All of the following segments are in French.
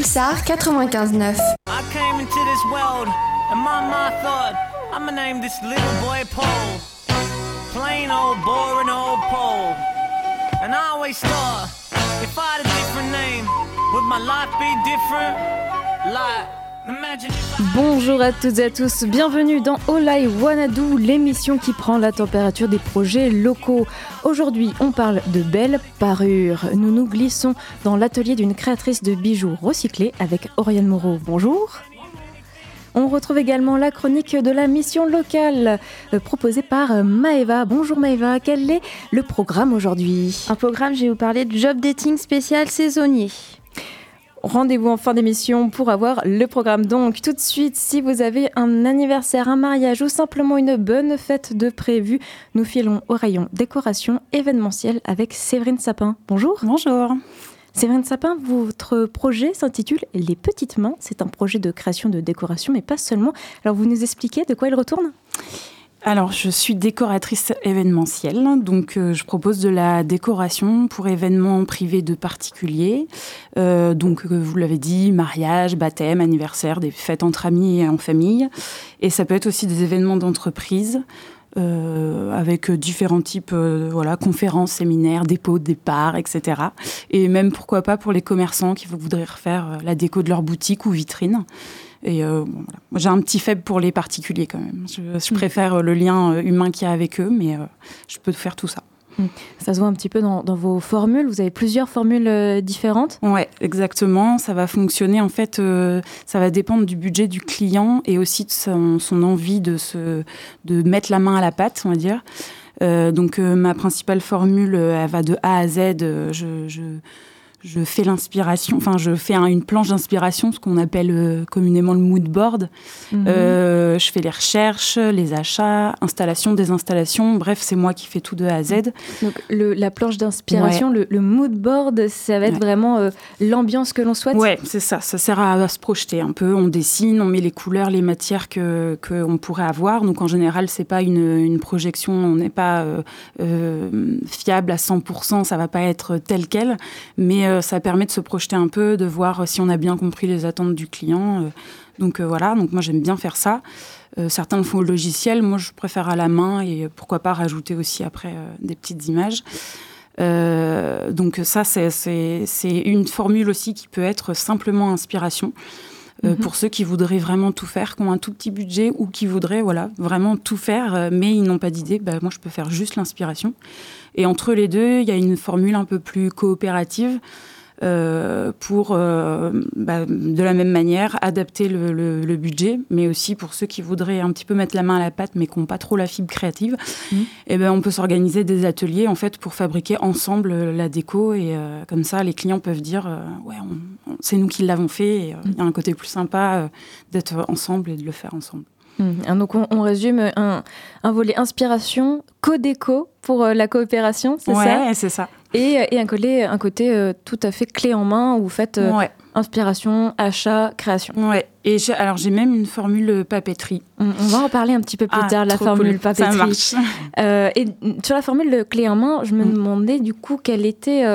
Pulsar 95.9. I came into this world and my mind thought I'ma name this little boy Paul. Plain old boring old Paul. And I always thought if I had a different name, would my life be different? Like Bonjour à toutes et à tous, bienvenue dans All I Wanna Do, l'émission qui prend la température des projets locaux. Aujourd'hui, on parle de belles parures. Nous nous glissons dans l'atelier d'une créatrice de bijoux recyclés avec Oriane Moreau. Bonjour. On retrouve également la chronique de la mission locale proposée par Maëva. Bonjour Maëva, quel est le programme aujourd'hui ? Un programme, je vais vous parler de job dating spécial saisonnier. Rendez-vous en fin d'émission pour avoir le programme. Donc tout de suite, si vous avez un anniversaire, un mariage ou simplement une bonne fête de prévu, nous filons au rayon décoration événementielle avec Séverine Sapin. Bonjour. Bonjour. Séverine Sapin, votre projet s'intitule Les Petites Mains. C'est un projet de création de décoration, mais pas seulement. Alors vous nous expliquez de quoi il retourne ? Alors, je suis décoratrice événementielle, donc je propose de la décoration pour événements privés de particuliers. Donc, vous l'avez dit, mariage, baptême, anniversaire, des fêtes entre amis et en famille. Et ça peut être aussi des événements d'entreprise avec différents types, conférences, séminaires, dépôts de départ, etc. Et même, pourquoi pas, pour les commerçants qui voudraient refaire la déco de leur boutique ou vitrine. Et voilà. Moi, j'ai un petit faible pour les particuliers quand même. Je préfère le lien humain qu'il y a avec eux, mais je peux faire tout ça. Ça se voit un petit peu dans vos formules. Vous avez plusieurs formules différentes ? Ouais, exactement. Ça va fonctionner. En fait, ça va dépendre du budget du client et aussi de son envie de mettre la main à la pâte, on va dire. Donc, ma principale formule, elle va de A à Z. Je fais l'inspiration, je fais une planche d'inspiration, ce qu'on appelle communément le mood board. Je fais les recherches, les achats, installation, désinstallation. Bref, c'est moi qui fais tout de A à Z. Donc, la planche d'inspiration, ouais. le mood board, ça va être vraiment l'ambiance que l'on souhaite ? Ouais, c'est ça. Ça sert à se projeter un peu. On dessine, on met les couleurs, les matières qu'on pourrait avoir. Donc, en général, c'est pas une projection. On n'est pas fiable à 100%. Ça va pas être tel quel. Mais ça permet de se projeter un peu, de voir si on a bien compris les attentes du client. Donc voilà, donc moi j'aime bien faire ça. Certains le font au logiciel, moi je préfère à la main et pourquoi pas rajouter aussi après des petites images. Donc ça c'est une formule aussi qui peut être simplement inspiration. Pour ceux qui voudraient vraiment tout faire, qui ont un tout petit budget ou qui voudraient vraiment tout faire, mais ils n'ont pas d'idée, moi je peux faire juste l'inspiration. Et entre les deux, il y a une formule un peu plus coopérative pour, de la même manière, adapter le budget, mais aussi pour ceux qui voudraient un petit peu mettre la main à la pâte, mais qui n'ont pas trop la fibre créative. On peut s'organiser des ateliers en fait, pour fabriquer ensemble la déco. Et comme ça, les clients peuvent dire c'est nous qui l'avons fait. Et il y a un côté plus sympa d'être ensemble et de le faire ensemble. Donc on résume un volet inspiration, co-déco pour la coopération, c'est ça ? Ouais, c'est ça. Et un côté tout à fait clé en main où vous faites inspiration, achat, création. Ouais. Et j'ai même une formule papeterie. On va en parler un petit peu plus tard, la formule papeterie. Ça marche. Et sur la formule clé en main, je me demandais du coup quel était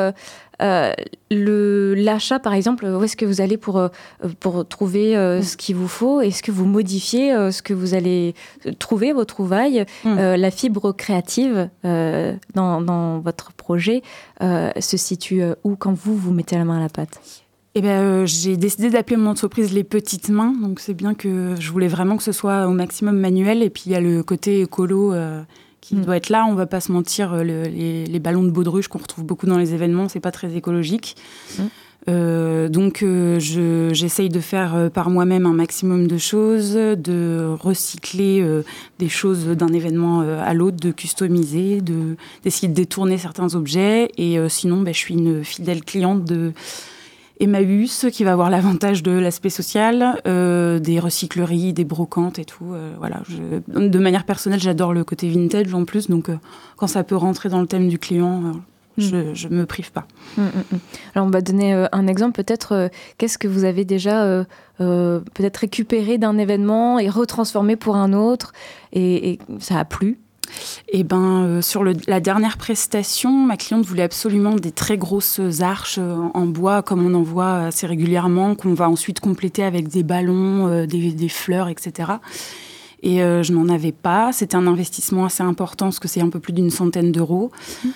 l'achat, par exemple, où est-ce que vous allez pour trouver ce qu'il vous faut ? Est-ce que vous modifiez ce que vous allez trouver, vos trouvailles ? La fibre créative dans votre projet se situe où quand vous mettez la main à la pâte ? J'ai décidé d'appeler mon entreprise Les Petites Mains, donc c'est bien que je voulais vraiment que ce soit au maximum manuel, et puis il y a le côté écolo qui doit être là. On va pas se mentir, les ballons de baudruche qu'on retrouve beaucoup dans les événements, c'est pas très écologique. Donc j'essaye de faire par moi-même un maximum de choses, de recycler des choses d'un événement à l'autre, de customiser, d'essayer de détourner certains objets. Et sinon, je suis une fidèle cliente de Emmaüs, qui va avoir l'avantage de l'aspect social, des recycleries, des brocantes et tout. De manière personnelle, j'adore le côté vintage en plus, donc quand ça peut rentrer dans le thème du client, je me prive pas. Alors on va donner un exemple peut-être. Qu'est-ce que vous avez déjà peut-être récupéré d'un événement et retransformé pour un autre et ça a plu ? Et sur la dernière prestation, ma cliente voulait absolument des très grosses arches en bois, comme on en voit assez régulièrement, qu'on va ensuite compléter avec des ballons, des fleurs, etc. Et je n'en avais pas. C'était un investissement assez important, parce que c'est un peu plus d'une centaine d'euros.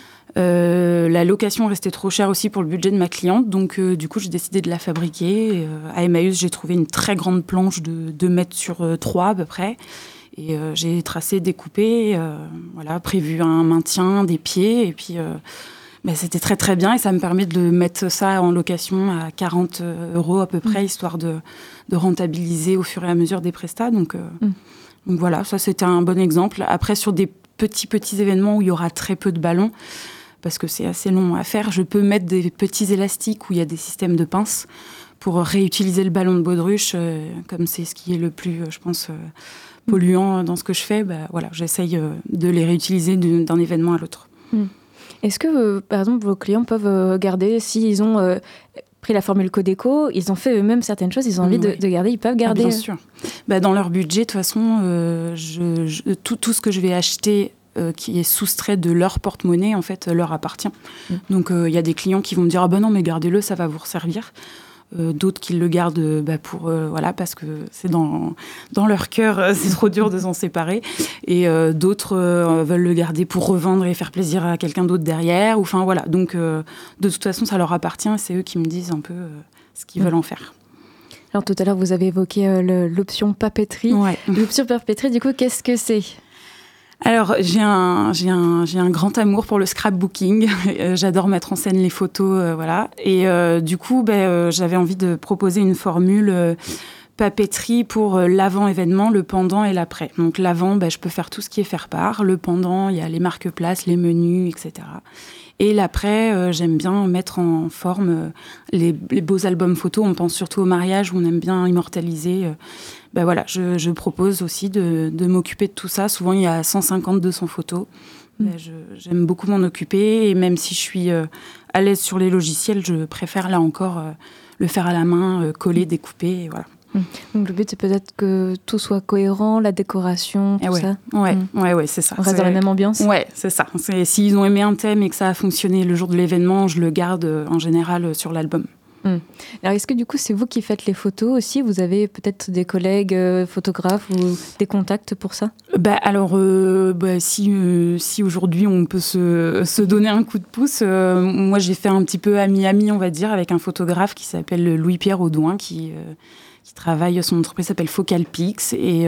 La location restait trop chère aussi pour le budget de ma cliente, donc du coup j'ai décidé de la fabriquer. À Emmaüs, j'ai trouvé une très grande planche de 2 mètres sur 3 à peu près. Et j'ai tracé, découpé, prévu un maintien des pieds. Et puis, c'était très, très bien. Et ça me permet de mettre ça en location à 40 € à peu près, histoire de rentabiliser au fur et à mesure des prestats. Donc voilà, ça, c'était un bon exemple. Après, sur des petits événements où il y aura très peu de ballons, parce que c'est assez long à faire, je peux mettre des petits élastiques où il y a des systèmes de pinces pour réutiliser le ballon de baudruche, comme c'est ce qui est le plus, je pense... polluants dans ce que je fais, j'essaye de les réutiliser d'un événement à l'autre. Est-ce que, par exemple, vos clients peuvent garder, s'ils ont pris la formule Codeco, ils ont fait eux-mêmes certaines choses, ils ont envie de garder, ils peuvent garder? Bien sûr. Dans leur budget, de toute façon, tout ce que je vais acheter qui est soustrait de leur porte-monnaie, en fait, leur appartient. Donc, il y a des clients qui vont me dire « Ah ben non, mais gardez-le, ça va vous resservir ». D'autres qui le gardent parce que c'est dans leur cœur, c'est trop dur de s'en séparer. Et d'autres veulent le garder pour revendre et faire plaisir à quelqu'un d'autre derrière. Donc, de toute façon, ça leur appartient. C'est eux qui me disent un peu ce qu'ils veulent en faire. Alors, tout à l'heure, vous avez évoqué l'option papeterie. Ouais. L'option papeterie, du coup, qu'est-ce que c'est ? Alors, j'ai un grand amour pour le scrapbooking. J'adore mettre en scène les photos, Et du coup, j'avais envie de proposer une formule papeterie pour l'avant-événement, le pendant et l'après. Donc, l'avant, je peux faire tout ce qui est faire-part. Le pendant, il y a les marque-places, les menus, etc. Et l'après, j'aime bien mettre en forme les beaux albums photos. On pense surtout au mariage où on aime bien immortaliser... je propose aussi de m'occuper de tout ça. Souvent, il y a 150-200 photos. J'aime beaucoup m'en occuper. Et même si je suis à l'aise sur les logiciels, je préfère là encore le faire à la main, coller, découper. Et voilà. Donc le but, c'est peut-être que tout soit cohérent, la décoration, tout ça. Ouais, c'est ça. On reste dans la même ambiance. Ouais, c'est ça. S'ils ont aimé un thème et que ça a fonctionné le jour de l'événement, je le garde en général sur l'album. Alors, est-ce que du coup, c'est vous qui faites les photos aussi ? Vous avez peut-être des collègues photographes ou des contacts pour ça ? Si aujourd'hui on peut se donner un coup de pouce, moi j'ai fait un petit peu ami, on va dire, avec un photographe qui s'appelle Louis-Pierre Audouin, qui travaille, son entreprise s'appelle Focalpix, et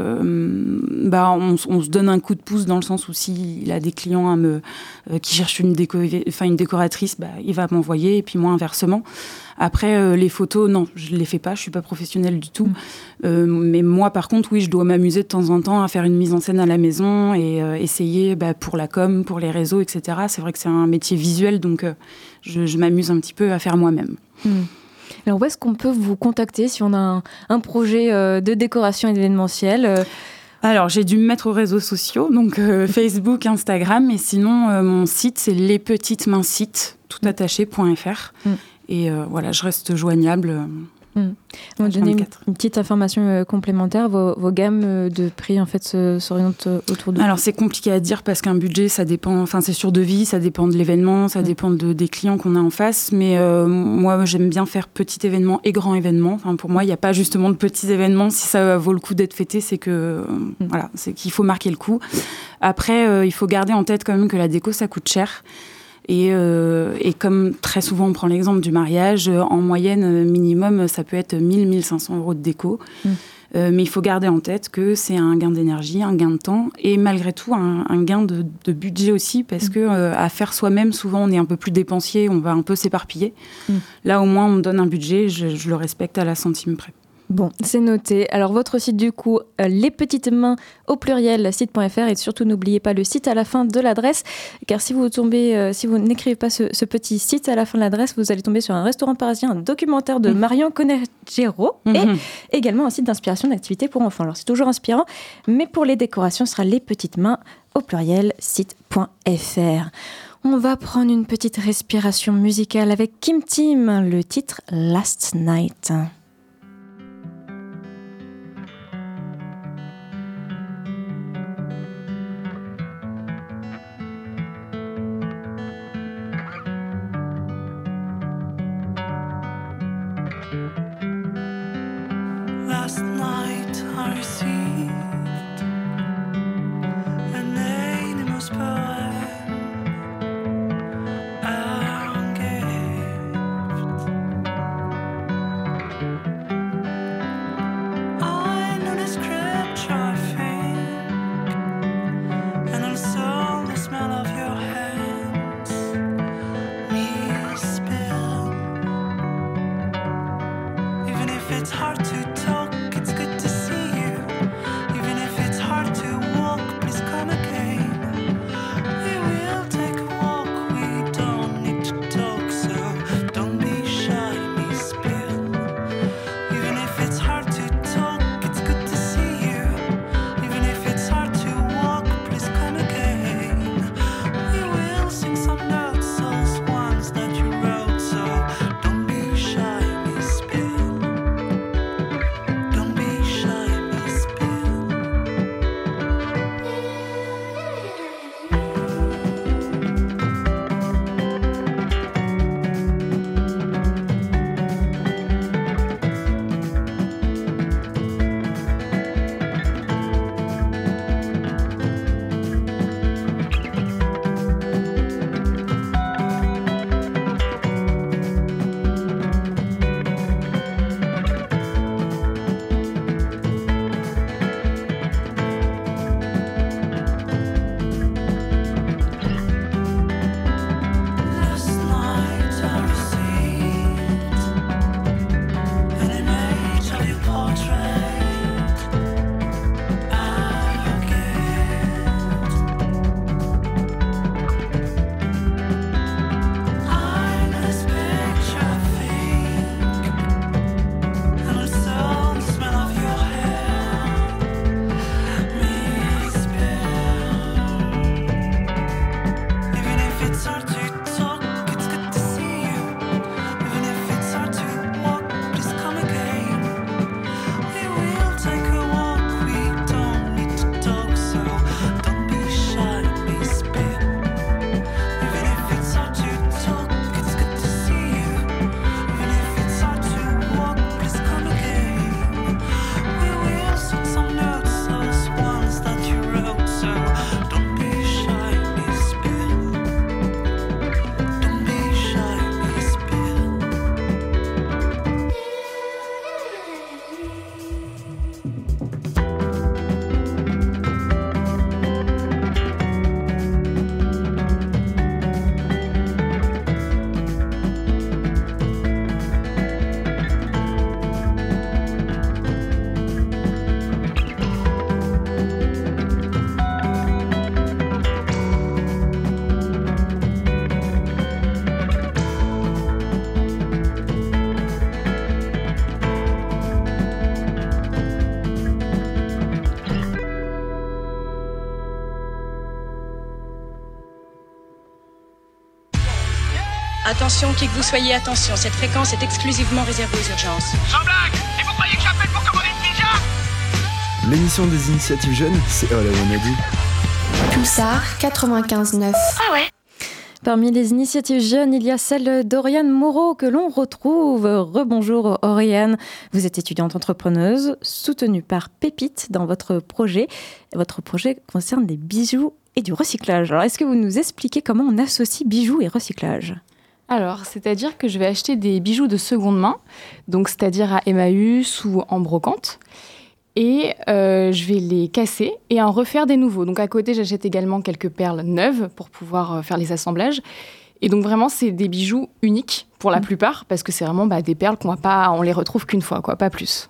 on se donne un coup de pouce dans le sens où s'il a des clients qui cherchent une décoratrice, il va m'envoyer, et puis moi inversement. Après, les photos, non, je ne les fais pas, je ne suis pas professionnelle du tout. Mais moi, par contre, oui, je dois m'amuser de temps en temps à faire une mise en scène à la maison et essayer pour la com, pour les réseaux, etc. C'est vrai que c'est un métier visuel, donc je m'amuse un petit peu à faire moi-même. Alors, où est-ce qu'on peut vous contacter si on a un projet de décoration événementielle Alors, j'ai dû me mettre aux réseaux sociaux, donc Facebook, Instagram, et sinon, mon site, c'est lespetitesmainsites, toutattaché.fr. Et je reste joignable. On va donner une petite information complémentaire. Vos gammes de prix, en fait, s'orientent autour de... Alors, c'est compliqué à dire parce qu'un budget, ça dépend... Enfin, c'est sur devis, ça dépend de l'événement, ça dépend des clients qu'on a en face. Mais moi, j'aime bien faire petit événement et grand événement. Enfin, pour moi, il n'y a pas justement de petits événements. Si ça vaut le coup d'être fêté, c'est que... c'est qu'il faut marquer le coup. Après, il faut garder en tête quand même que la déco, ça coûte cher. Et comme très souvent on prend l'exemple du mariage, en moyenne minimum ça peut être 1 000-1 500 € de déco. Mais il faut garder en tête que c'est un gain d'énergie, un gain de temps et malgré tout un gain de budget aussi parce que à faire soi-même souvent on est un peu plus dépensier, on va un peu s'éparpiller. Là au moins on me donne un budget, je le respecte à la centime près. Bon, c'est noté. Alors, votre site, du coup, lespetitesmains au pluriel, site.fr, et surtout, n'oubliez pas le site à la fin de l'adresse, car si vous n'écrivez pas ce petit site à la fin de l'adresse, vous allez tomber sur un restaurant parisien, un documentaire de Marion Conegero, et également un site d'inspiration d'activités pour enfants. Alors, c'est toujours inspirant, mais pour les décorations, ce sera lespetitesmains au pluriel, site.fr. On va prendre une petite respiration musicale avec Kim Tim, le titre Last Night. Last night I received an anonymous poem, a gift. I know the scripture, I think, and also the smell of your hands. Me spill, even if it's hard to talk, it's good to see you. Even if it's hard to walk, please come again. We will take a walk, we don't need to talk, so don't be shy, me spill. Even if it's hard to talk, it's good to see you. Even if it's hard to walk, please come again. We will sing some notes, those ones that you wrote, so don't be shy, me spill. Don't be shy, me spill. Last night I received an image of your portrait, a gift. I know this picture, I think, and also the smell of your hair. Me spill. Even if it's hard to talk, it's good to see you. Even if it's hard to walk, please come again. We will take a walk, we don't need to talk, so don't be shy, me spill. Even if it's hard to talk, it's good to see you. Even if it's hard to walk, please come again. We will sing some notes, those ones that you wrote, so don't be shy, me spill. Don't be shy, me spill. Attention, qui que vous soyez, attention, cette fréquence est exclusivement réservée aux urgences. Sans blague! Et vous croyez que j'appelle pour commander une pizza? L'émission des initiatives jeunes, c'est All I Wanna Do. Pulsar 95.9. Ah ouais? Parmi les initiatives jeunes, il y a celle d'Oriane Moreau que l'on retrouve. Rebonjour Oriane, vous êtes étudiante entrepreneuse, soutenue par Pépite dans votre projet. Votre projet concerne des bijoux et du recyclage. Alors, est-ce que vous nous expliquez comment on associe bijoux et recyclage ? Alors, c'est-à-dire que je vais acheter des bijoux de seconde main, donc c'est-à-dire à Emmaüs ou en brocante, et je vais les casser et en refaire des nouveaux. Donc à côté, j'achète également quelques perles neuves pour pouvoir faire les assemblages. Et donc vraiment, c'est des bijoux uniques pour la plupart, parce que c'est vraiment des perles on les retrouve qu'une fois, pas plus.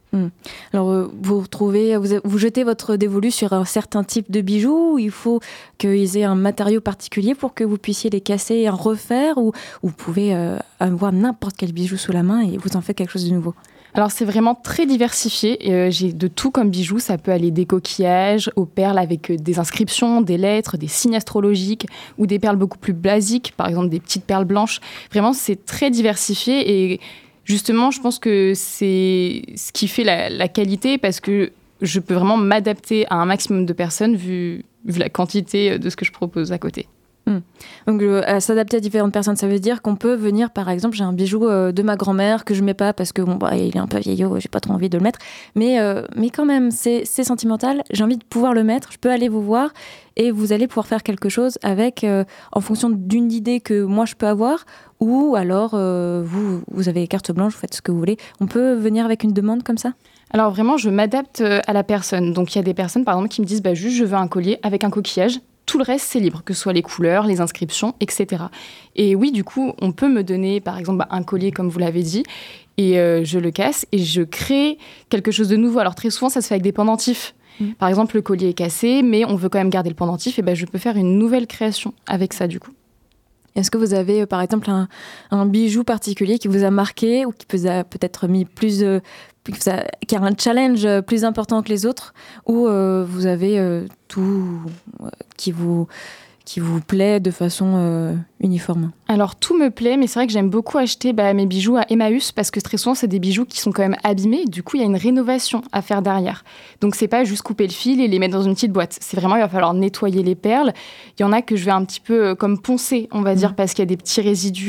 Alors, vous jetez votre dévolu sur un certain type de bijoux, ou il faut qu'ils aient un matériau particulier pour que vous puissiez les casser et en refaire, ou vous pouvez avoir n'importe quel bijou sous la main et vous en faites quelque chose de nouveau? Alors, c'est vraiment très diversifié. J'ai de tout comme bijoux. Ça peut aller des coquillages aux perles avec des inscriptions, des lettres, des signes astrologiques ou des perles beaucoup plus basiques, par exemple des petites perles blanches. Vraiment, c'est très diversifié et justement, je pense que c'est ce qui fait la qualité parce que je peux vraiment m'adapter à un maximum de personnes vu la quantité de ce que je propose à côté. Donc, s'adapter à différentes personnes, ça veut dire qu'on peut venir, par exemple, j'ai un bijou de ma grand-mère que je mets pas parce que il est un peu vieillot, j'ai pas trop envie de le mettre, mais quand même, c'est sentimental, j'ai envie de pouvoir le mettre, je peux aller vous voir et vous allez pouvoir faire quelque chose avec, en fonction d'une idée que moi je peux avoir, ou alors vous avez carte blanche, vous faites ce que vous voulez. On peut venir avec une demande comme ça ? Alors vraiment, je m'adapte à la personne. Donc il y a des personnes, par exemple, qui me disent juste je veux un collier avec un coquillage. Tout le reste, c'est libre, que ce soit les couleurs, les inscriptions, etc. Et oui, du coup, on peut me donner, par exemple, un collier, comme vous l'avez dit, et je le casse et je crée quelque chose de nouveau. Alors très souvent, ça se fait avec des pendentifs. Par exemple, le collier est cassé, mais on veut quand même garder le pendentif, et je peux faire une nouvelle création avec ça, du coup. Est-ce que vous avez, par exemple, un bijou particulier qui vous a marqué ou qui vous a peut-être mis qui a un challenge plus important que les autres, ou vous avez tout qui vous plaît de façon uniforme ? Alors tout me plaît, mais c'est vrai que j'aime beaucoup acheter mes bijoux à Emmaüs parce que très souvent c'est des bijoux qui sont quand même abîmés. Du coup il y a une rénovation à faire derrière. Donc c'est pas juste couper le fil et les mettre dans une petite boîte. C'est vraiment, il va falloir nettoyer les perles. Il y en a que je vais un petit peu comme poncer, on va dire, parce qu'il y a des petits résidus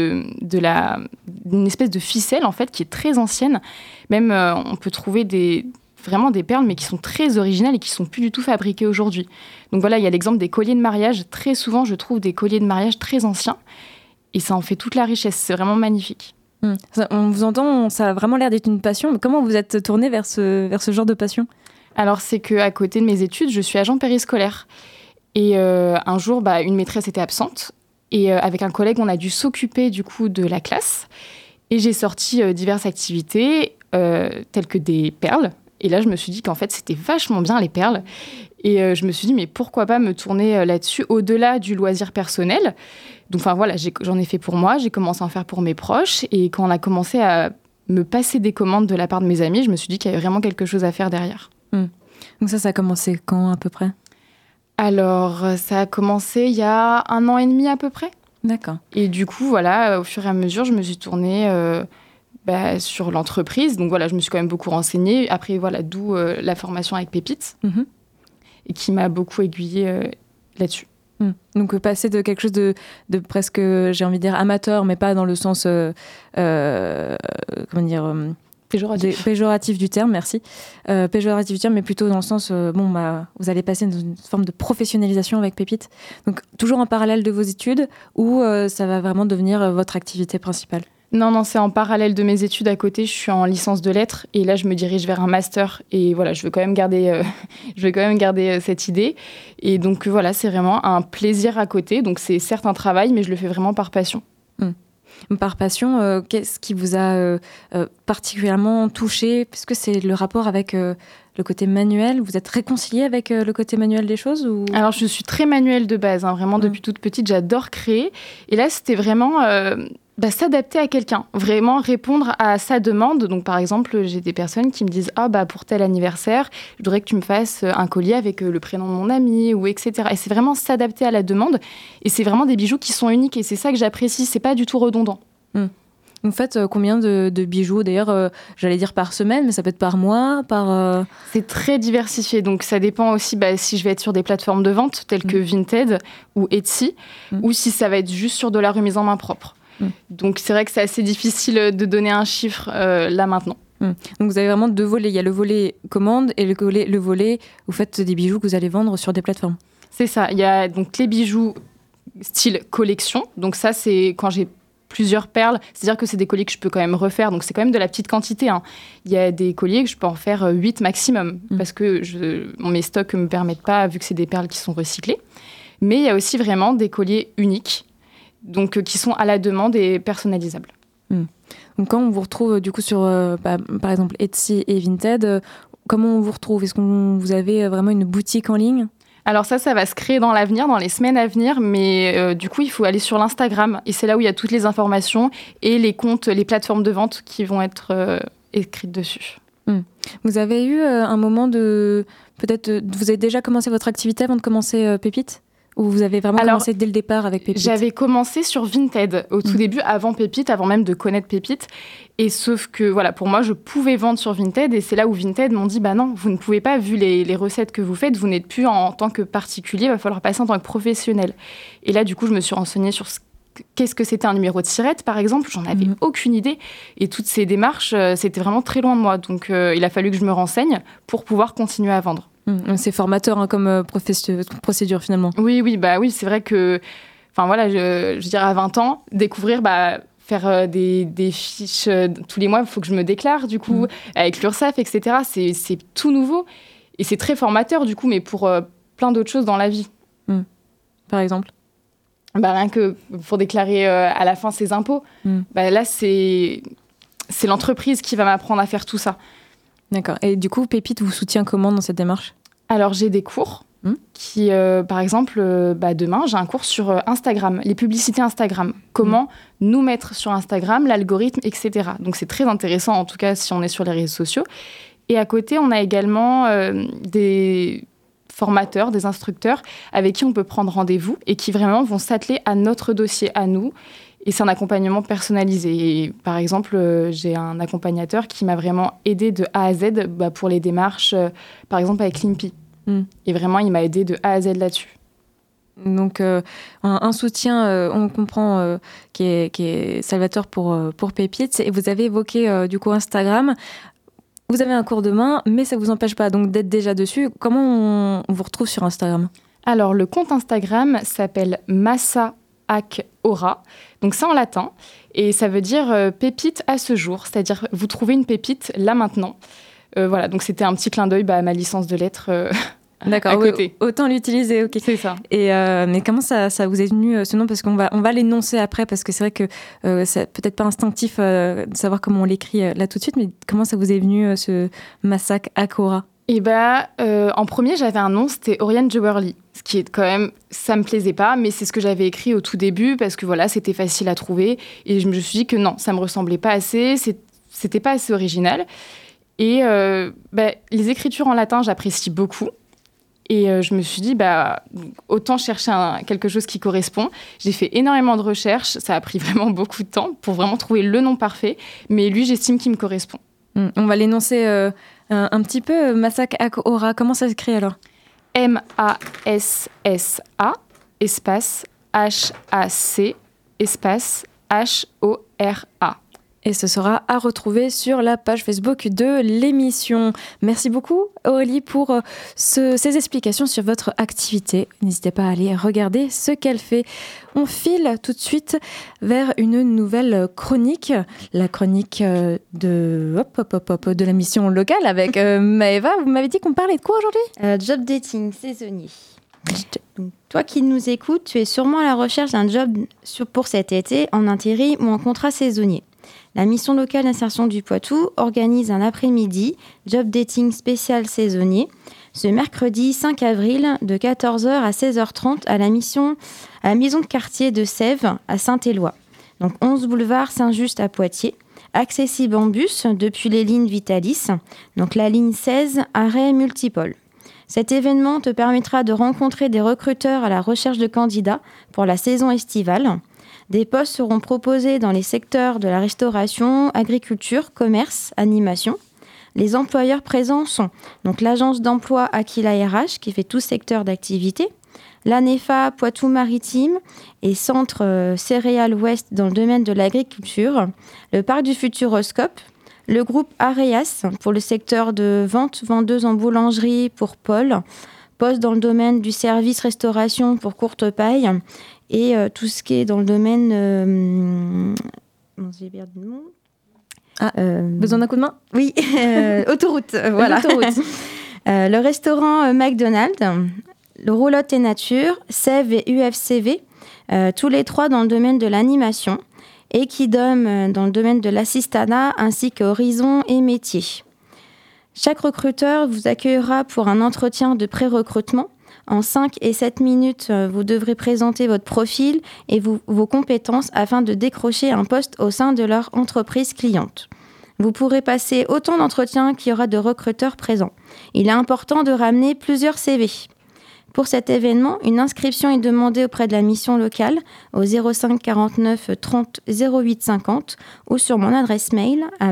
d'une espèce de ficelle en fait qui est très ancienne. Même on peut trouver vraiment des perles, mais qui sont très originales et qui sont plus du tout fabriquées aujourd'hui. Donc voilà, il y a l'exemple des colliers de mariage. Très souvent, je trouve des colliers de mariage très anciens et ça en fait toute la richesse. C'est vraiment magnifique. On vous entend, ça a vraiment l'air d'être une passion. Mais comment vous êtes tournée vers ce genre de passion ? Alors, c'est qu'à côté de mes études, je suis agent périscolaire. Et un jour, une maîtresse était absente. Et avec un collègue, on a dû s'occuper du coup de la classe. Et j'ai sorti diverses activités, telles que des perles. Et là, je me suis dit qu'en fait, c'était vachement bien, les perles. Et je me suis dit, mais pourquoi pas me tourner là-dessus, au-delà du loisir personnel. Donc, voilà, j'en ai fait pour moi. J'ai commencé à en faire pour mes proches. Et quand on a commencé à me passer des commandes de la part de mes amis, je me suis dit qu'il y avait vraiment quelque chose à faire derrière. Donc ça a commencé quand, à peu près ? Alors, ça a commencé il y a 1 an et demi, à peu près. D'accord. Et du coup, voilà, au fur et à mesure, je me suis tournée... sur l'entreprise. Donc voilà, je me suis quand même beaucoup renseignée. Après, voilà, d'où la formation avec Pépites, et qui m'a beaucoup aiguillée là-dessus. Donc passer de quelque chose de presque, j'ai envie de dire, amateur, mais pas dans le sens, péjoratif du terme, merci. Péjoratif du terme, mais plutôt dans le sens, vous allez passer dans une forme de professionnalisation avec Pépites. Donc toujours en parallèle de vos études, ou ça va vraiment devenir votre activité principale ? Non, c'est en parallèle de mes études à côté. Je suis en licence de lettres et là, je me dirige vers un master. Et voilà, je veux quand même garder cette idée. Et donc, voilà, c'est vraiment un plaisir à côté. Donc, c'est certes un travail, mais je le fais vraiment par passion. Par passion, qu'est-ce qui vous a particulièrement touché ? Est-ce que c'est le rapport avec le côté manuel ? Vous êtes réconciliée avec le côté manuel des choses ou... Alors, je suis très manuelle de base. Vraiment, depuis toute petite, j'adore créer. Et là, c'était vraiment... s'adapter à quelqu'un, vraiment répondre à sa demande. Donc, par exemple, j'ai des personnes qui me disent « pour tel anniversaire, je voudrais que tu me fasses un collier avec le prénom de mon ami, ou etc. » Et c'est vraiment s'adapter à la demande. Et c'est vraiment des bijoux qui sont uniques. Et c'est ça que j'apprécie. C'est pas du tout redondant. Vous faites combien de bijoux, d'ailleurs, j'allais dire par semaine, mais ça peut être par mois, C'est très diversifié, donc ça dépend aussi si je vais être sur des plateformes de vente telles que Vinted ou Etsy, ou si ça va être juste sur de la remise en main propre. Donc c'est vrai que c'est assez difficile de donner un chiffre là maintenant. Donc vous avez vraiment 2 volets. Il y a le volet commande et le volet vous faites des bijoux que vous allez vendre sur des plateformes. C'est ça. Il y a donc les bijoux style collection. Donc ça, c'est quand j'ai plusieurs perles. C'est-à-dire que c'est des colliers que je peux quand même refaire. Donc c'est quand même de la petite quantité. Il y a des colliers que je peux en faire 8 maximum parce que mes stocks ne me permettent pas, vu que c'est des perles qui sont recyclées. Mais il y a aussi vraiment des colliers uniques. Donc, qui sont à la demande et personnalisables. Donc, quand on vous retrouve du coup sur, par exemple, Etsy et Vinted, comment on vous retrouve ? Est-ce que vous avez vraiment une boutique en ligne ? Alors ça va se créer dans l'avenir, dans les semaines à venir, mais du coup, il faut aller sur l'Instagram. Et c'est là où il y a toutes les informations et les comptes, les plateformes de vente qui vont être écrites dessus. Vous avez eu un moment vous avez déjà commencé votre activité avant de commencer Pépites ? Ou vous avez vraiment commencé dès le départ avec Pépite? J'avais commencé sur Vinted au tout début, avant Pépite, avant même de connaître Pépite. Et sauf que, voilà, pour moi, je pouvais vendre sur Vinted. Et c'est là où Vinted m'ont dit, bah non, vous ne pouvez pas, vu les recettes que vous faites, vous n'êtes plus en tant que particulier, il va falloir passer en tant que professionnel. Et là, du coup, je me suis renseignée sur qu'est-ce que c'était un numéro de SIRET, par exemple. J'en avais aucune idée. Et toutes ces démarches, c'était vraiment très loin de moi. Donc, il a fallu que je me renseigne pour pouvoir continuer à vendre. C'est formateur comme procédure, finalement. Oui, c'est vrai que, je dirais à 20 ans, découvrir, faire des fiches tous les mois, il faut que je me déclare, du coup, avec l'URSSAF, etc. C'est tout nouveau. Et c'est très formateur, du coup, mais pour plein d'autres choses dans la vie. Par exemple? Rien que pour déclarer à la fin ses impôts. Là, c'est l'entreprise qui va m'apprendre à faire tout ça. D'accord. Et du coup, Pépite vous soutient comment dans cette démarche? Alors, j'ai des cours qui, par exemple, demain, j'ai un cours sur Instagram, les publicités Instagram. Comment nous mettre sur Instagram, l'algorithme, etc. Donc, c'est très intéressant, en tout cas, si on est sur les réseaux sociaux. Et à côté, on a également des formateurs, des instructeurs avec qui on peut prendre rendez-vous et qui vraiment vont s'atteler à notre dossier, à nous. Et c'est un accompagnement personnalisé. Et par exemple, j'ai un accompagnateur qui m'a vraiment aidée de A à Z pour les démarches, par exemple avec Limpy. Et vraiment, il m'a aidée de A à Z là-dessus. Donc, un soutien, on comprend, qui est salvateur pour Pépite. Et vous avez évoqué, du coup, Instagram. Vous avez un cours demain, mais ça ne vous empêche pas donc d'être déjà dessus. Comment on vous retrouve sur Instagram? Alors, le compte Instagram s'appelle Massa Ac Aura, donc c'est en latin, et ça veut dire pépite à ce jour, c'est-à-dire vous trouvez une pépite là maintenant. Voilà, donc c'était un petit clin d'œil à ma licence de lettres D'accord, à côté. Autant l'utiliser, ok. C'est ça. Et mais comment ça vous est venu ce nom? Parce qu'on va l'énoncer après, parce que c'est vrai que c'est peut-être pas instinctif de savoir comment on l'écrit là tout de suite, mais comment ça vous est venu ce Massa Ac Aura? Et en premier, j'avais un nom, c'était Oriane Jewelry. Ce qui est quand même, ça me plaisait pas, mais c'est ce que j'avais écrit au tout début parce que voilà, c'était facile à trouver. Et je me suis dit que non, ça me ressemblait pas assez, c'était pas assez original. Et les écritures en latin, j'apprécie beaucoup. Et je me suis dit, autant chercher quelque chose qui correspond. J'ai fait énormément de recherches, ça a pris vraiment beaucoup de temps pour vraiment trouver le nom parfait. Mais lui, j'estime qu'il me correspond. On va l'énoncer un petit peu, Massa Ac Aura. Comment ça s'écrit alors? M-A-S-S-A, espace H-A-C, espace H-O-R-A. Et ce sera à retrouver sur la page Facebook de l'émission. Merci beaucoup, Aurélie, pour ces explications sur votre activité. N'hésitez pas à aller regarder ce qu'elle fait. On file tout de suite vers une nouvelle chronique, la chronique de la mission locale avec Maëva. Vous m'avez dit qu'on parlait de quoi aujourd'hui? Job dating saisonnier. Donc, toi qui nous écoutes, tu es sûrement à la recherche d'un job pour cet été en intérim ou en contrat saisonnier. La mission locale d'insertion du Poitou organise un après-midi job dating spécial saisonnier ce mercredi 5 avril de 14h à 16h30 à la maison de quartier de Sèvres à Saint-Éloi. Donc 11 boulevard Saint-Just à Poitiers. Accessible en bus depuis les lignes Vitalis, donc la ligne 16, arrêt multipole. Cet événement te permettra de rencontrer des recruteurs à la recherche de candidats pour la saison estivale. Des postes seront proposés dans les secteurs de la restauration, agriculture, commerce, animation. Les employeurs présents sont donc l'agence d'emploi Aquila RH qui fait tout secteur d'activité, l'ANEFA Poitou-Maritime et Centre Céréales Ouest dans le domaine de l'agriculture, le parc du Futuroscope, le groupe Areas pour le secteur de vente, vendeuse en boulangerie pour Paul, poste dans le domaine du service restauration pour Courte Paille et tout ce qui est dans le domaine... j'ai perdu le mot. Besoin d'un coup de main? Oui, autoroute, voilà. Autoroute. Le restaurant McDonald's, le Roulotte et Nature, Sèvres et UFCV, tous les trois dans le domaine de l'animation, et Kidom dans le domaine de l'assistanat, ainsi qu'Horizon et Métiers. Chaque recruteur vous accueillera pour un entretien de pré-recrutement. En 5 et 7 minutes, vous devrez présenter votre profil et vos compétences afin de décrocher un poste au sein de leur entreprise cliente. Vous pourrez passer autant d'entretiens qu'il y aura de recruteurs présents. Il est important de ramener plusieurs CV. Pour cet événement, une inscription est demandée auprès de la mission locale au 05 49 30 08 50 ou sur mon adresse mail à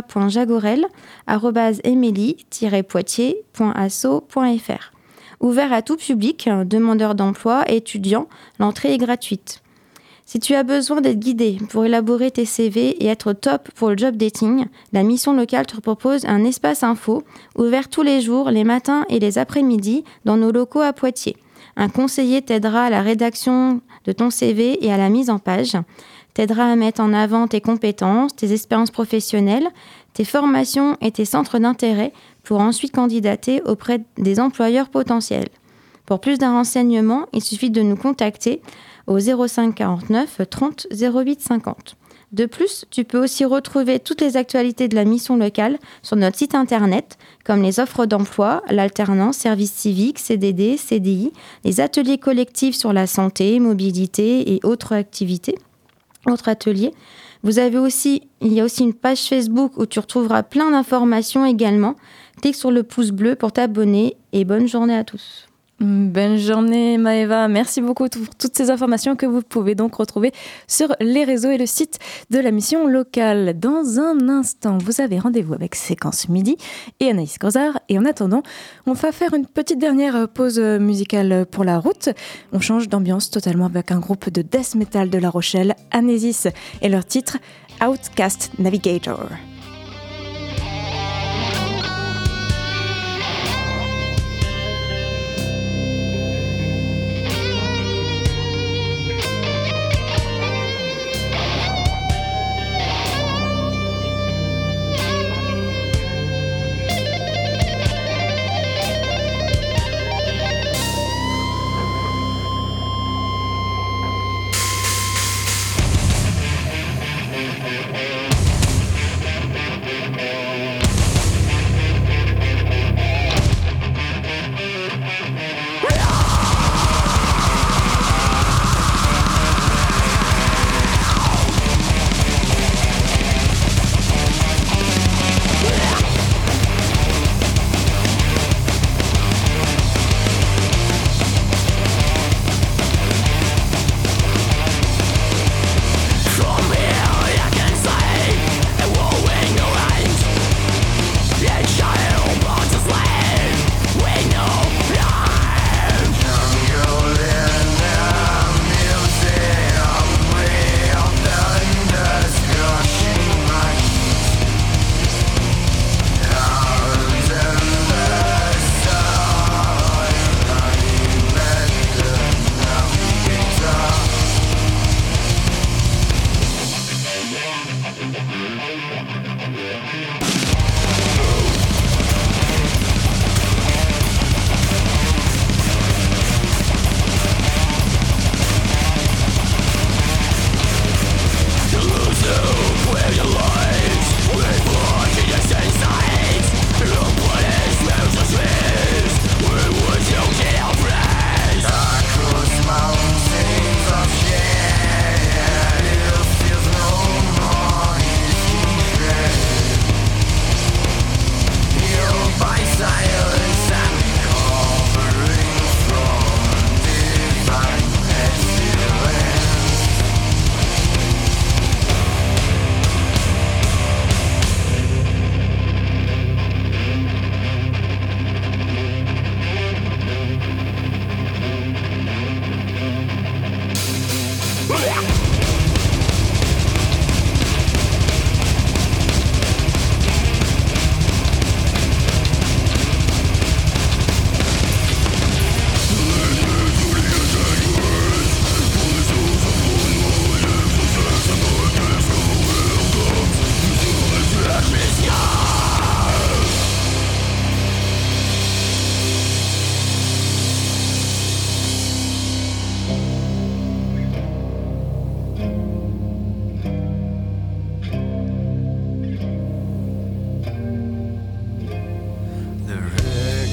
maeva.jagorel@emily-poitiers.asso.fr. Ouvert à tout public, demandeurs d'emploi et étudiants, l'entrée est gratuite. Si tu as besoin d'être guidé pour élaborer tes CV et être top pour le job dating, la mission locale te propose un espace info ouvert tous les jours, les matins et les après-midi dans nos locaux à Poitiers. Un conseiller t'aidera à la rédaction de ton CV et à la mise en page, t'aidera à mettre en avant tes compétences, tes expériences professionnelles, tes formations et tes centres d'intérêt pour ensuite candidater auprès des employeurs potentiels. Pour plus de renseignements, il suffit de nous contacter au 05 49 30 08 50. De plus, tu peux aussi retrouver toutes les actualités de la mission locale sur notre site internet, comme les offres d'emploi, l'alternance, service civique, CDD, CDI, les ateliers collectifs sur la santé, mobilité et autres activités, autres ateliers. Il y a aussi une page Facebook où tu retrouveras plein d'informations également. Clique sur le pouce bleu pour t'abonner et bonne journée à tous. Bonne journée Maëva, merci beaucoup pour toutes ces informations que vous pouvez donc retrouver sur les réseaux et le site de la mission locale. Dans un instant, vous avez rendez-vous avec Séquence Midi et Anaïs Grosard. Et en attendant, on va faire une petite dernière pause musicale pour la route. On change d'ambiance totalement avec un groupe de death metal de La Rochelle, Anesis, et leur titre Outcast Navigator.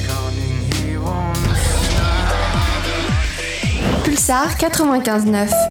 Pulsar 95.9.